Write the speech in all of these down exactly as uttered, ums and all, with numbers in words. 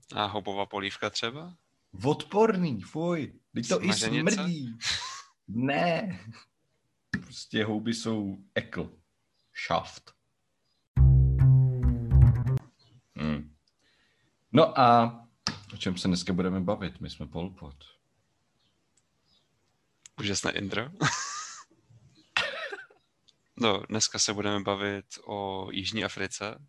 A houbová polívka třeba? Odporný, fuj. Teď to i Smaženice? smrdí. Ne. Prostě houby jsou ekl. Šaft. Hmm. No a o čem se dneska budeme bavit? My jsme Pol Pot. Úžasné intro. No, dneska se budeme bavit o Jižní Africe.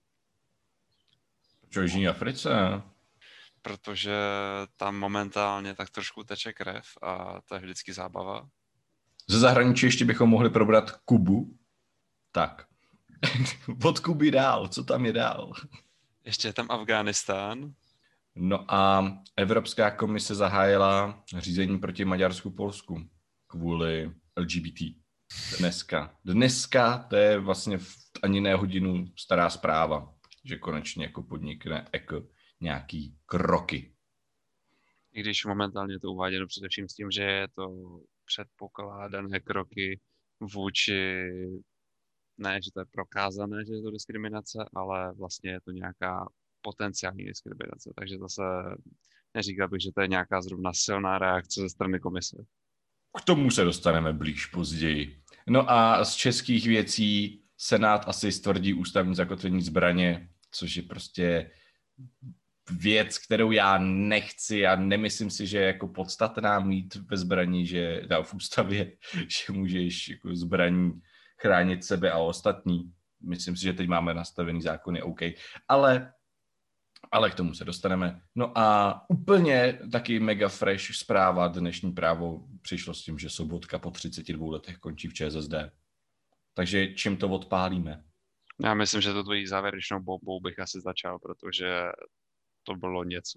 Proč o Jižní Africe? Protože tam momentálně tak trošku teče krev a to je vždycky zábava. Ze zahraničí ještě bychom mohli probrat Kubu. Tak. Od Kuby dál. Co tam je dál? Ještě je tam Afghánistán. No a Evropská komise zahájila řízení proti Maďarsku, Polsku kvůli L G B T. Dneska. Dneska to je vlastně v ani ne hodinu stará zpráva, že konečně jako podnikne jako nějaký kroky. I když momentálně je to uváděno především s tím, že je to předpokládané kroky vůči, ne, že to je prokázané, že je to diskriminace, ale vlastně je to nějaká potenciální diskriminace. Takže zase neříkal bych, že to je nějaká zrovna silná reakce ze strany komise. K tomu se dostaneme blíž později. No a z českých věcí Senát asi stvrdí ústavní zakotvení zbraně, což je prostě věc, kterou já nechci a nemyslím si, že je jako podstatná mít ve zbraní, že dá v ústavě, že můžeš jako zbraní chránit sebe a ostatní. Myslím si, že teď máme nastavený zákony, OK. Ale, ale k tomu se dostaneme. No a úplně taky mega fresh zpráva, dnešní právo přišlo s tím, že Sobotka po třiceti dvou letech končí v ČSSD. Takže čím to odpálíme? Já myslím, že to tvojí závěrečnou bombou bych asi začal, protože to bylo něco.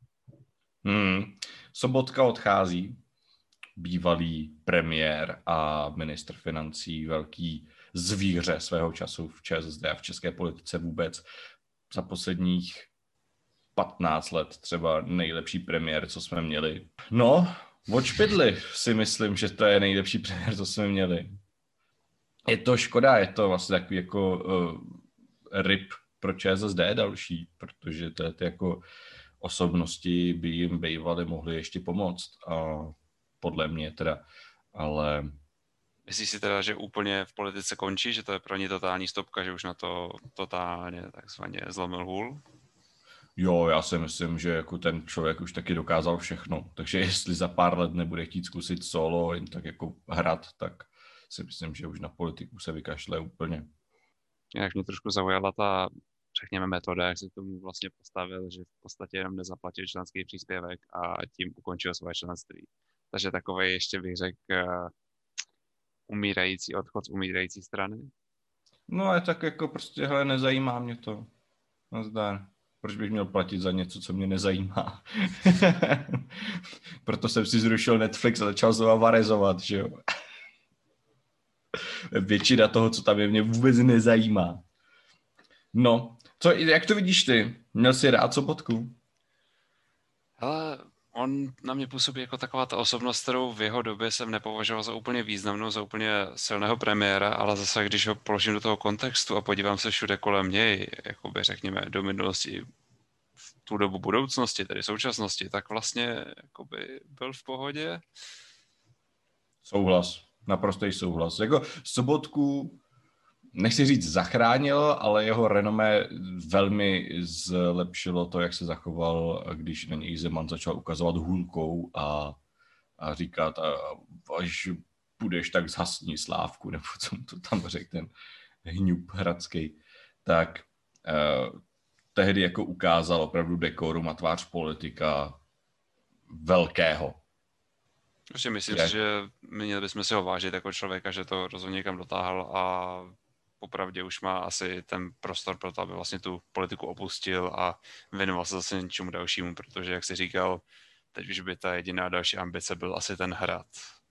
Hmm. Sobotka odchází, bývalý premiér a ministr financí, velký zvíře svého času v ČSSD a v české politice vůbec. Za posledních patnáct let třeba nejlepší premiér, co jsme měli. No, od Špidly si myslím, že to je nejlepší premiér, co jsme měli. Je to škoda, je to vlastně takový jako uh, ryb pro ČSSD další, protože to je ty jako osobnosti by jim bývaly mohly ještě pomoct. A podle mě teda, ale... Myslíš si teda, že úplně v politice končí, že to je pro ně totální stopka, že už na to totálně takzvaně zlomil hůl? Jo, já si myslím, že jako ten člověk už taky dokázal všechno, takže jestli za pár let nebude chtít zkusit solo, jen tak jako hrad, tak si myslím, že už na politiku se vykašle úplně. Jak mě trošku zaujala ta, řekněme, metoda, jak se k tomu vlastně postavil, že v podstatě jenom nezaplatil členský příspěvek a tím ukončil své členství. Takže takový ještě bych řekl uh, umírající odchod z umírající strany. No a tak jako prostě, hele, nezajímá mě to. Nazdar. Proč bych měl platit za něco, co mě nezajímá? Proto jsem si zrušil Netflix a začal znovu varezovat, že jo. Většina toho, co tam je, mě vůbec nezajímá. No, co, jak to vidíš ty? Měl jsi rád Sobotku? Hele, on na mě působí jako taková ta osobnost, kterou v jeho době jsem nepovažoval za úplně významnou, za úplně silného premiéra, ale zase, když ho položím do toho kontextu a podívám se všude kolem něj, jakoby řekněme do minulosti, v tu dobu budoucnosti, tedy současnosti, tak vlastně jakoby byl v pohodě. Souhlas, naprostý souhlas. Jako Sobotku, nechci říct zachránil, ale jeho renomé velmi zlepšilo to, jak se zachoval, když na něj Zeman začal ukazovat hůlkou a, a říkat, a, až budeš, tak zhasni Slávku, nebo co mu to tam řekl ten hňup hradský. Tak eh, tehdy jako ukázal opravdu dekorum a tvář politika velkého. Prostě myslím Jak? si, že měli bychom si ho vážit jako člověka, že to rozhodně někam dotáhl a popravdě už má asi ten prostor pro to, aby vlastně tu politiku opustil a věnoval se zase něčemu dalšímu, protože, jak jsi říkal, teď už by ta jediná další ambice byl asi ten hrad.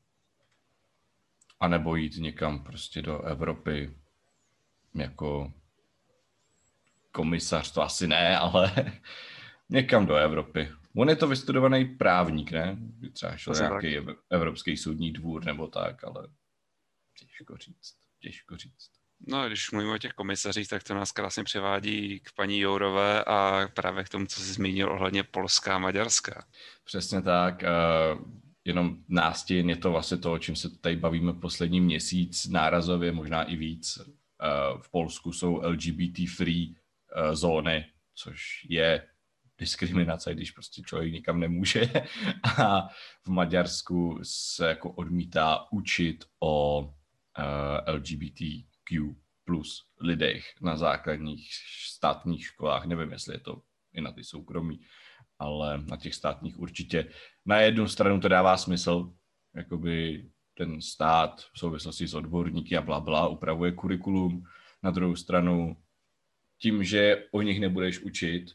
A nebo jít někam prostě do Evropy jako komisař, to asi ne, ale někam do Evropy. On je to vystudovaný právník, ne? Třeba šel nějaký tak. Evropský soudní dvůr nebo tak, ale těžko říct, těžko říct. No, když mluvíme o těch komisařích, tak to nás krásně přivádí k paní Jourové a právě k tomu, co jsi zmínil ohledně Polska a Maďarska. Přesně tak. Uh, jenom nástin je to vlastně to, o čem se tady bavíme poslední měsíc, nárazově, možná i víc. Uh, v Polsku jsou L G B T free uh, zóny, což je diskriminace, když prostě člověk nikam nemůže. A v Maďarsku se jako odmítá učit o uh, L G B T Q plus lidech na základních státních školách. Nevím, jestli je to i na ty soukromí, ale na těch státních určitě. Na jednu stranu to dává smysl, jakoby ten stát v souvislosti s odborníky a bla, bla upravuje kurikulum. Na druhou stranu tím, že o nich nebudeš učit,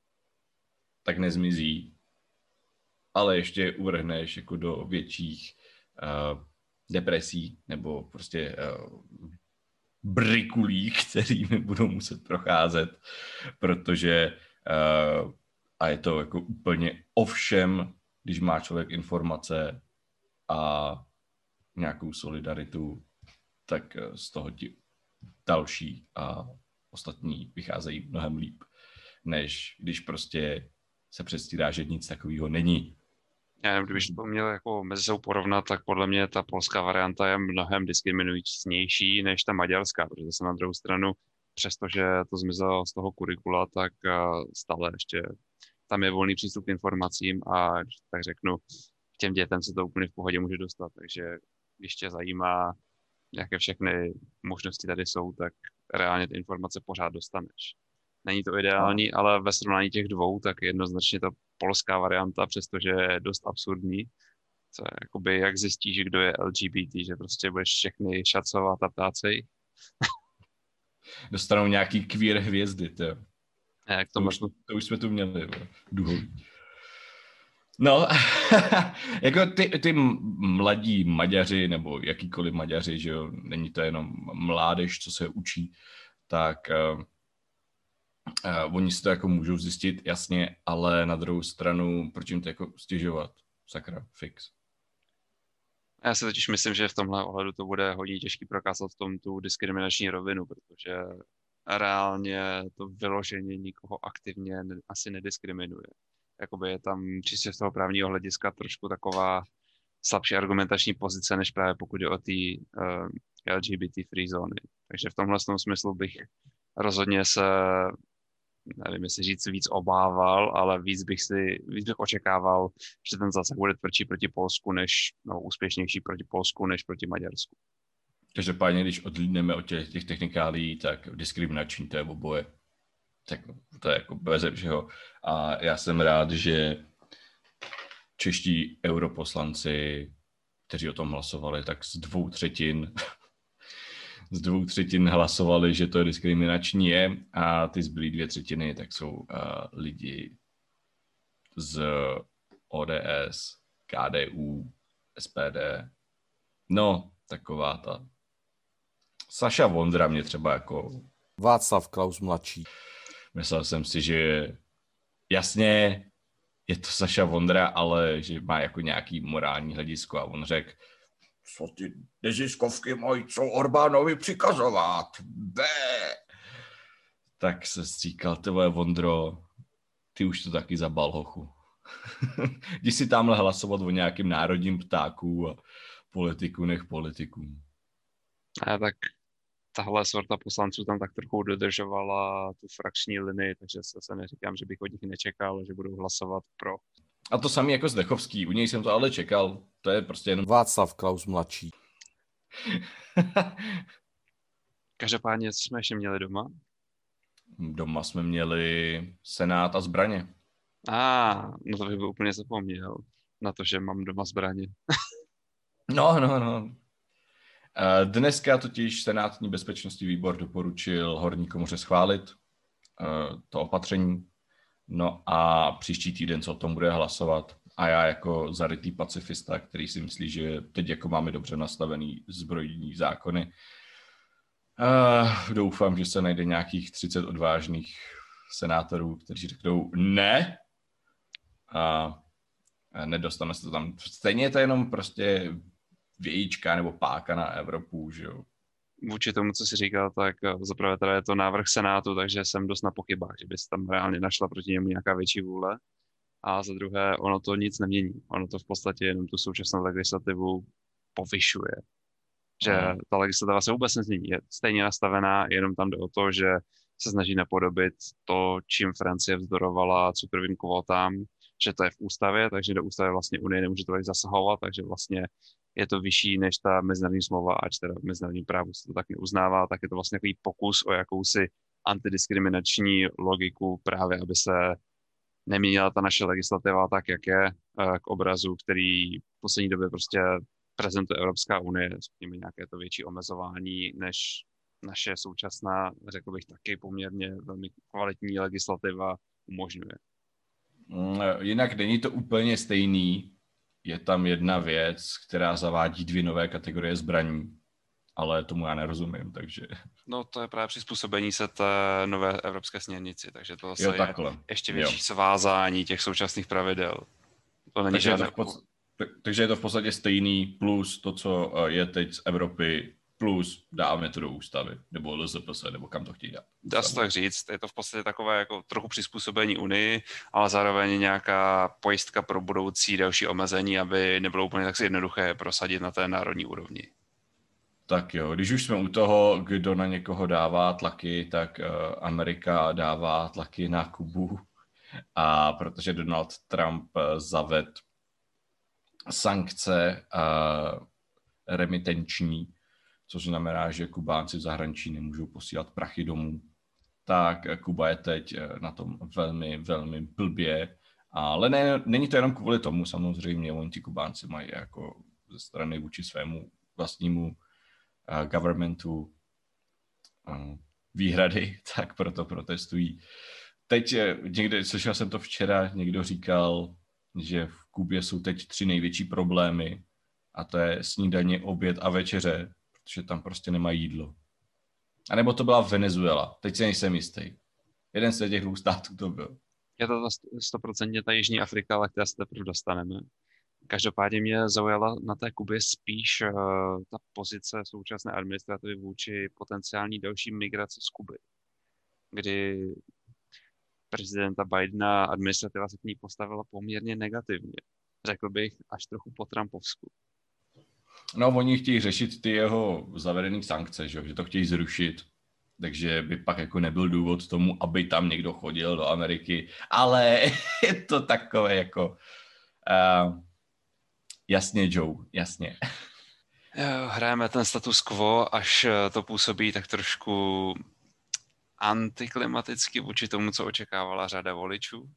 tak nezmizí, ale ještě uvrhneš jako do větších uh, depresí nebo prostě uh, brikulí, kterými budou muset procházet, protože uh, a je to jako úplně o všem, když má člověk informace a nějakou solidaritu, tak z toho ti další a ostatní vycházejí mnohem líp, než když prostě se předstírá, že nic takového není. Já nevím, kdybych to měl jako mezi sebou porovnat, tak podle mě ta polská varianta je mnohem diskriminujícnější než ta maďarská, protože se na druhou stranu, přestože to zmizelo z toho kurikula, tak stále ještě tam je volný přístup k informacím a když tak řeknu, k těm dětem se to úplně v pohodě může dostat, takže když tě zajímá, jaké všechny možnosti tady jsou, tak reálně ty informace pořád dostaneš. Není to ideální, ale ve srovnání těch dvou, tak jednoznačně ta polská varianta, přestože je dost absurdní, co je, jakoby, jak zjistíš, kdo je L G B T, že prostě budeš všechny šacovat a ptácej. Dostanou nějaký queer hvězdy, to, Jak to, to, už, to už jsme tu měli, duhový. No, jako ty, ty mladí Maďaři, nebo jakýkoliv Maďaři, že jo, není to jenom mládež, co se učí, tak uh, uh, oni si to jako můžou zjistit, jasně, ale na druhou stranu, proč jim to jako stěžovat? Sakra, fix. Já si totiž myslím, že v tomhle ohledu to bude hodně těžký prokázat v tom tu diskriminační rovinu, protože reálně to vyloženě nikoho aktivně ne, asi nediskriminuje. Jakoby je tam čistě z toho právního hlediska trošku taková slabší argumentační pozice, než právě pokud je o ty uh, L G B T free zóny. Takže v tomhle smyslu bych rozhodně se, nevím, jestli říct víc obával, ale víc bych si, víc bych očekával, že ten zásah bude tvrdší proti Polsku, než, no, úspěšnější proti Polsku, než proti Maďarsku. Každopádně, když odlídneme od těch, těch technikálí, tak diskriminační to je oboje. Tak to je jako bez všeho. A já jsem rád, že čeští europoslanci, kteří o tom hlasovali, tak z dvou třetin z dvou třetin hlasovali, že to je diskriminační je, a ty zbylý dvě třetiny tak jsou uh, lidi z O D S, K D U, S P D. No, taková ta Saša Vondra mě třeba jako... Václav Klaus mladší. Myslel jsem si, že jasně je to Saša Vondra, ale že má jako nějaký morální hledisko a on řekl, co ty neziskovky mají co Orbánovi přikazovat? Bé. Tak se stříkal, tvoje Vondro, ty už to taky zabal, hochu. Jdi si tamhle hlasovat o nějakým národním ptáku a politiku nech politikům. A tak tahle sorta poslanců tam tak trochu dodržovala tu frakční linii, takže se, se neříkám, že bych od nich nečekal, že budou hlasovat pro. A to samý jako Zdechovský, u něj jsem to ale čekal, to je prostě jenom... Václav Klaus mladší. Každopádně, co jsme ještě měli doma? Doma jsme měli Senát a zbraně. A, ah, no to bych byl úplně zapomněl na to, že mám doma zbraně. No, no, no. Dneska totiž Senátní bezpečnostní výbor doporučil horní komoře schválit to opatření. No a příští týden se o tom bude hlasovat. A já jako zarytý pacifista, který si myslí, že teď jako máme dobře nastavený zbrojní zákony, uh, doufám, že se najde nějakých třicet odvážných senátorů, kteří řeknou ne a nedostane se to tam. Stejně je to jenom prostě vějíčka nebo páka na Evropu, že jo. vůči tomu, co jsi říkal, tak zaprvé teda je to návrh Senátu, takže jsem dost na pochybách, že by se tam reálně našla proti němu nějaká větší vůle. A za druhé, ono to nic nemění. Ono to v podstatě jenom tu současnou legislativu povyšuje. Že Aha. ta legislativa se vůbec nezmění. Je stejně nastavená, jenom tam jde o to, že se snaží napodobit to, čím Francie vzdorovala cukrovým kvótám, že to je v ústavě, takže do ústavy vlastně Unie nemůže to zasahovat, takže vlastně je to vyšší než ta mezinárodní smlouva, ač teda v mezinárodním právu se to tak neuznává, tak je to vlastně takový pokus o jakousi antidiskriminační logiku právě, aby se neměnila ta naše legislativa tak, jak je, k obrazu, který v poslední době prostě prezentuje Evropská unie, řekněme nějaké to větší omezování, než naše současná, řekl bych taky poměrně velmi kvalitní legislativa umožňuje. Jinak není to úplně stejný. Je tam jedna věc, která zavádí dvě nové kategorie zbraní, ale tomu já nerozumím, takže... No to je právě přizpůsobení se té nové evropské směrnici, takže to jo, je takhle. ještě větší jo. svázání těch současných pravidel. To není takže, je žádné... to v pod... takže je to v podstatě stejný plus to, co je teď z Evropy, plus dáme to do ústavy, nebo L Z P S, nebo kam to chtějí dát. Dá se tak říct, je to v podstatě takové jako trochu přizpůsobení Unii, ale zároveň nějaká pojistka pro budoucí další omezení, aby nebylo úplně tak jednoduché prosadit na té národní úrovni. Tak jo, když už jsme u toho, kdo na někoho dává tlaky, tak uh, Amerika dává tlaky na Kubu. A protože Donald Trump uh, zaved sankce uh, remitenční, což znamená, že Kubánci v zahraničí nemůžou posílat prachy domů, tak Kuba je teď na tom velmi, velmi blbě. Ale ne, není to jenom kvůli tomu, samozřejmě, oni ti Kubánci mají jako ze strany vůči svému vlastnímu uh, governmentu uh, výhrady, tak proto protestují. Teď někde, slyšel jsem to včera, někdo říkal, že v Kubě jsou teď tři největší problémy a to je snídaně, oběd a večeře, protože tam prostě nemají jídlo. A nebo to byla Venezuela, teď si nejsem jistý. Jeden z těch dvou států to byl. Je to stoprocentně ta Jižní Afrika, ale které se teprve dostaneme. Každopádně mě zaujala na té Kubě spíš uh, ta pozice současné administrativy vůči potenciální další migraci z Kuby, kdy prezidenta Bidena administrativa se k ní postavila poměrně negativně. Řekl bych až trochu po Trumpovsku. No, oni chtějí řešit ty jeho zavedené sankce, že, že to chtějí zrušit. Takže by pak jako nebyl důvod tomu, aby tam někdo chodil do Ameriky. Ale je to takové jako... Uh, jasně, Joe, jasně. Jo, hrajeme ten status quo, až to působí tak trošku antiklimaticky vůči tomu, co očekávala řada voličů.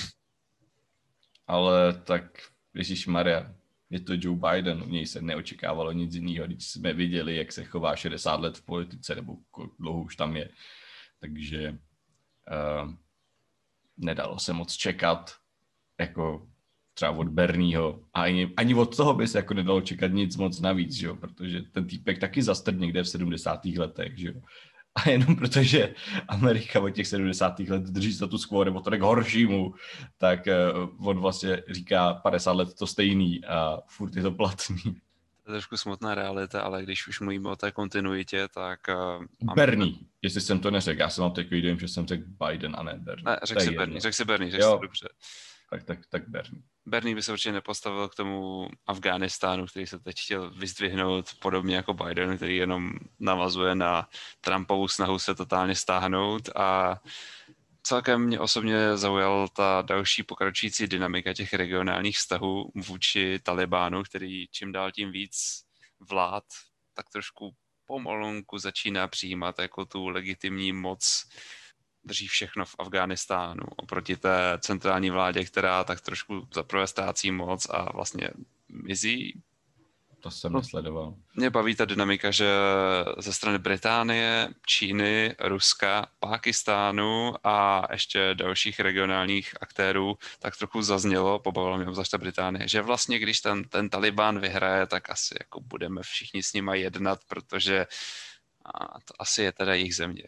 Ale tak, ježišmarja, je to Joe Biden, u něj se neočekávalo nic jiného, když jsme viděli, jak se chová šedesát let v politice, nebo dlouho už tam je. Takže uh, nedalo se moc čekat, jako třeba od Bernieho. A ani, ani od toho by se jako nedalo čekat nic moc navíc, že jo? Protože ten týpek taky zastrd někde v sedmdesátých letech, že jo? A jenom protože Amerika od těch sedmdesátých let drží status quo, nebo to tak horšímu, tak uh, on vlastně říká padesát let to stejný a furt je to platný. To je trošku smutná realita, ale když už mluvíme o té kontinuitě, tak... Uh, Bernie, tam... jestli jsem to neřekl, já jsem mám takový dojem, že jsem řekl Biden a ne Bernie. Ne, řekl si Bernie, řekl si Bernie, řekl si dobře. Tak, tak, tak Bernie. Bernie by se určitě nepostavil k tomu Afghánistánu, který se teď chtěl vyzdvihnout, podobně jako Biden, který jenom navazuje na Trumpovu snahu se totálně stáhnout. A celkem mě osobně zaujal ta další pokračující dynamika těch regionálních vztahů vůči Talibánu, který čím dál tím víc vlád tak trošku pomalonku začíná přijímat jako tu legitimní moc, drží všechno v Afghánistánu oproti té centrální vládě, která tak trošku zaprvé ztrácí moc a vlastně mizí. To jsem nesledoval. Mě baví ta dynamika, že ze strany Británie, Číny, Ruska, Pákistánu a ještě dalších regionálních aktérů tak trochu zaznělo, pobavilo mě obzvlášť ta Británie, že vlastně když ten, ten Talibán vyhraje, tak asi jako budeme všichni s nima jednat, protože a to asi je teda jejich země.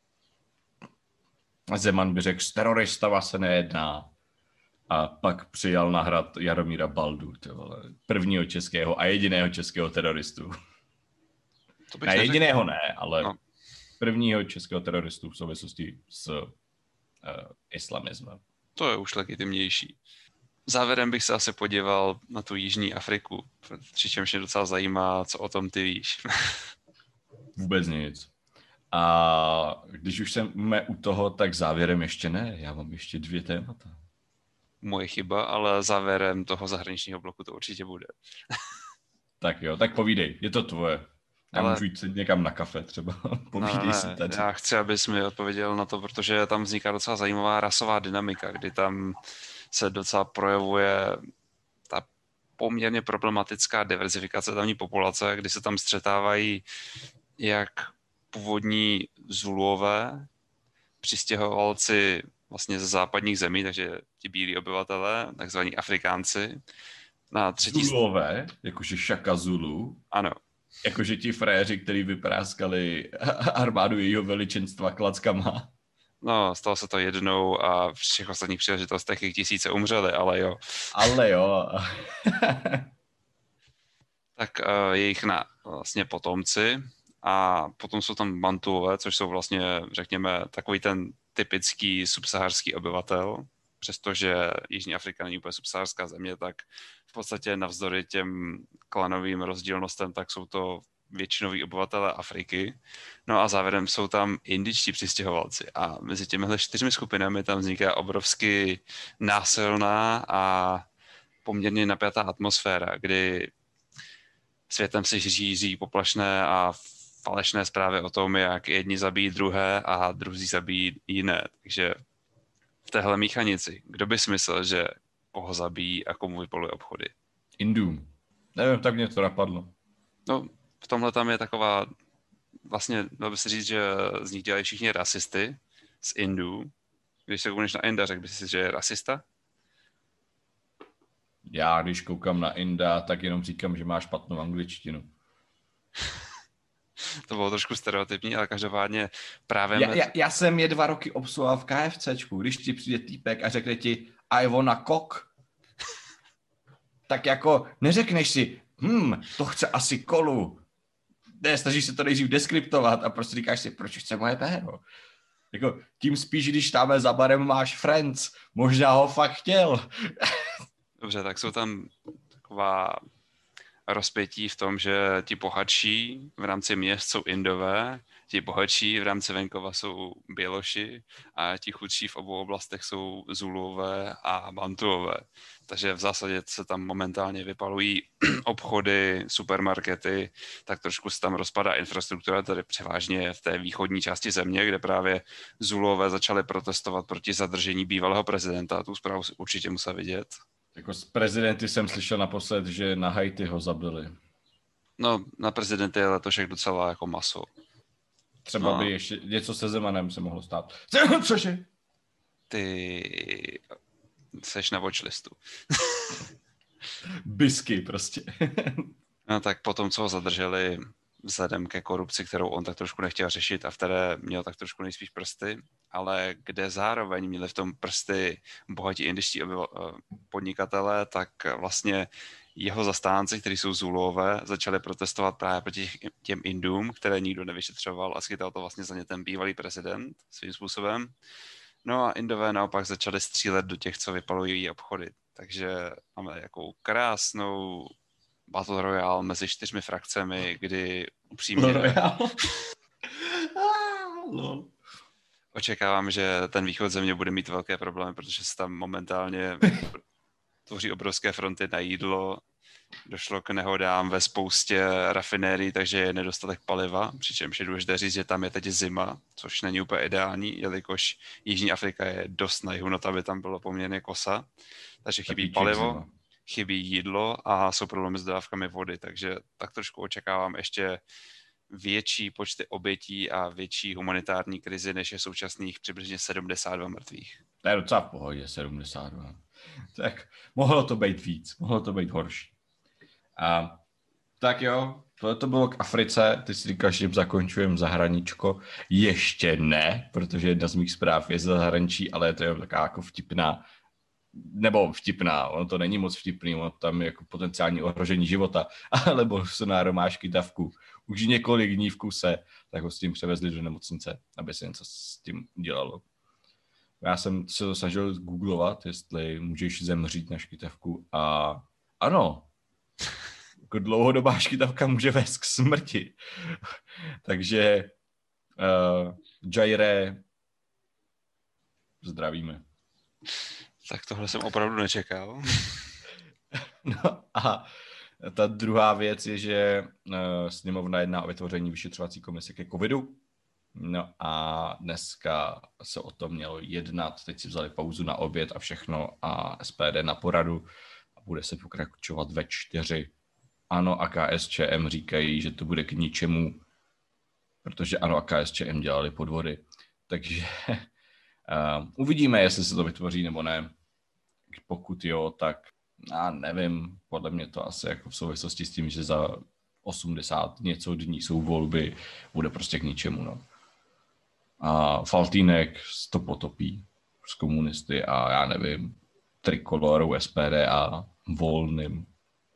Zeman by řekl, s teroristama se nejedná. A pak přijal na hrad Jaromíra Baldu, prvního českého a jediného českého teroristu. To bych Ne, neřekl. jediného ne, ale No. prvního českého teroristu v souvislosti s uh, islamismem. To je už legitimnější. Závěrem bych se asi podíval na tu Jižní Afriku, přičemž mě docela zajímá, co o tom ty víš. Vůbec nic. A když už jsme u toho, tak závěrem ještě ne. Já mám ještě dvě témata. Moje chyba, ale závěrem toho zahraničního bloku to určitě bude. Tak jo, tak povídej, je to tvoje. Já Ale- můžu jít se někam na kafe třeba. Povídej ne, si tady. já chci, abys mi odpověděl na to, protože tam vzniká docela zajímavá rasová dynamika, kdy tam se docela projevuje ta poměrně problematická diverzifikace tamní populace, kdy se tam střetávají jak původní Zuluové, přistěhovalci vlastně ze západních zemí, takže ti bílí obyvatelé, takzvaní Afrikánci. Na třetí... Zulové, jakože Shaka Zulu, Ano, jakože ti fréři, kteří vypráskali armádu jejího veličenstva klackama. no, stalo se to jednou a v všech ostatních příležitostech jich tisíce umřeli, ale jo. Ale jo. Tak uh, jejich na vlastně potomci a potom jsou tam Bantuové, což jsou vlastně, řekněme, takový ten typický subsaharský obyvatel, přestože Jižní Afrika není úplně subsaharská země, tak v podstatě navzdory těm klanovým rozdílnostem, tak jsou to většinoví obyvatelé Afriky. No a závěrem jsou tam indičtí přistěhovalci. A mezi těmihle čtyřmi skupinami tam vzniká obrovsky násilná a poměrně napjatá atmosféra, kdy světem se řízí poplašné a falešné zprávy o tom, jak jedni zabijí druhé a druzí zabijí jiné. Takže v téhle míchanici, kdo by smyslel, že koho zabijí a komu vypoluje obchody? Indům. Nevím, tak mě to napadlo. No, v tomhle tam je taková, vlastně, dalo by se říct, že z nich dělají všichni rasisty z Indů. Když se koukneš na Inda, řekl bys si, že je rasista? Já, když koukám na Inda, tak jenom říkám, že má špatnou angličtinu. To bylo trošku stereotypní, ale každopádně právě... Já, med... já, já jsem je dva roky obsluhoval v KFCčku. Když ti přijde týpek a řekne ti I wanna cock, tak jako neřekneš si, hm, to chce asi kolu. Ne, snažíš se to nejdřív deskriptovat a prostě říkáš si, proč chce moje péro. Jako, tím spíš, když tam za barem máš Friends, možná ho fakt chtěl. Dobře, tak jsou tam taková rozpětí v tom, že ti bohatší v rámci měst jsou Indové, ti bohatší v rámci venkova jsou Běloši a ti chudší v obou oblastech jsou Zuluové a Bantuové. Takže v zásadě se tam momentálně vypalují obchody, supermarkety, tak trošku se tam rozpadá infrastruktura, tady převážně v té východní části země, kde právě Zuluové začali protestovat proti zadržení bývalého prezidenta. Tu zprávu si určitě musel vidět. Jako z prezidenty jsem slyšel naposled, že na Haiti ho zabili. No, na prezidenty je letošek docela jako maso. Třeba No. by ještě něco se Zemanem se mohlo stát. Cože? Ty seš na watchlistu. Bisky prostě. No tak potom, co ho zadrželi vzhledem ke korupci, kterou on tak trošku nechtěl řešit a v které měl tak trošku nejspíš prsty, ale kde zároveň měli v tom prsty bohatí indičtí podnikatelé, tak vlastně jeho zastánci, kteří jsou Zuluové, začali protestovat právě proti těm Indům, které nikdo nevyšetřoval a schytal to vlastně za ně ten bývalý prezident svým způsobem. No a Indové naopak začali střílet do těch, co vypalují obchody. Takže máme jakou krásnou Battle Royale mezi čtyřmi frakcemi, kdy upřímně očekávám, že ten východ země bude mít velké problémy, protože se tam momentálně tvoří obrovské fronty na jídlo. Došlo k nehodám ve spoustě rafinérií, takže je nedostatek paliva, přičemž je důležité říct, že tam je teď zima, což není úplně ideální, jelikož Jižní Afrika je dost na jihu, no aby tam bylo poměrně kosa, takže chybí palivo, zima. Chybí jídlo a jsou problémy s dodávkami vody, takže tak trošku očekávám ještě větší počty obětí a větší humanitární krizi, než je současných přibližně sedmdesát dva mrtvých. To je docela v pohodě, sedmdesát dva. Tak mohlo to být víc, mohlo to být horší. A, tak jo, to, to bylo k Africe, ty si říkáš, že zakončujeme zahraničko. Ještě ne, protože jedna z mých zpráv je za zahraničí, ale to je taková jako vtipná, nebo vtipná, ono to není moc vtipný, ono tam je jako potenciální ohrožení života, ale bolsonaro máš kytavku. už několik dní v kuse, tak ho s tím převezli do nemocnice, aby se něco s tím dělalo. Já jsem se to snažil googlovat, jestli můžeš zemřít na škytavku a ano, jako dlouhodobá škytavka může vést k smrti. Takže uh, Jaire, zdravíme. Tak tohle jsem opravdu nečekal. No a ta druhá věc je, že uh, sněmovna jedná o vytvoření vyšetřovací komise ke covidu. No a dneska se o tom mělo jednat. Teď si vzali pauzu na oběd a všechno a S P D na poradu. A bude se pokračovat ve čtyři. ANO a K S Č M říkají, že to bude k ničemu, protože ANO a K S Č M dělali podvody. Takže uh, uvidíme, jestli se to vytvoří nebo ne. Pokud jo, tak já nevím, podle mě to asi jako v souvislosti s tím, že za osmdesát něco dní jsou volby, bude prostě k ničemu. No. A Faltýnek to potopí s komunisty a já nevím, Trikolorou, S P D a Volným.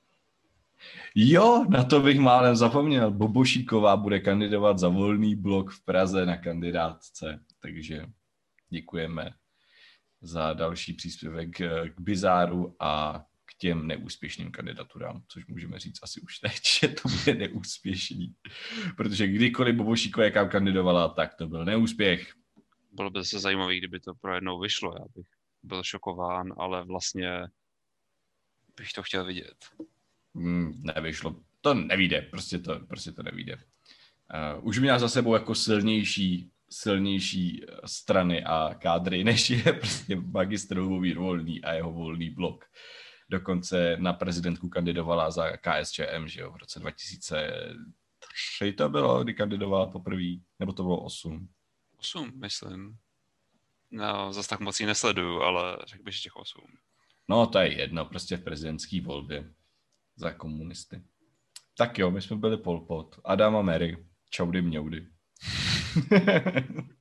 Jo, na to bych málem zapomněl. Bobošíková bude kandidovat za Volný blok v Praze na kandidátce, takže děkujeme za další příspěvek k Bizáru a k těm neúspěšným kandidaturám, což můžeme říct asi už teď, že to bude neúspěšný. Protože kdykoliv Bobošíková někam kandidovala, tak to byl neúspěch. Bylo by zase zajímavé, kdyby to pro jednou vyšlo. Já bych byl šokován, ale vlastně bych to chtěl vidět. Hmm, nevyšlo. To nevíde, prostě to, prostě to nevíde. Uh, už měla za sebou jako silnější, silnější strany a kádry, než je prostě magistr Lubomír Volný a jeho Volný blok. Dokonce na prezidentku kandidovala za K S Č M, že jo, v roce dva tisíce tři to bylo, kdy kandidovala poprvé, nebo to bylo osm? osm, myslím. No, zase tak moc ji nesleduju, ale řekl bych, že těch osm. No, to je jedno, prostě v prezidentské volbě za komunisty. Tak jo, my jsme byli Pol Pot. Adam a Mary. Čaudy mňoudy.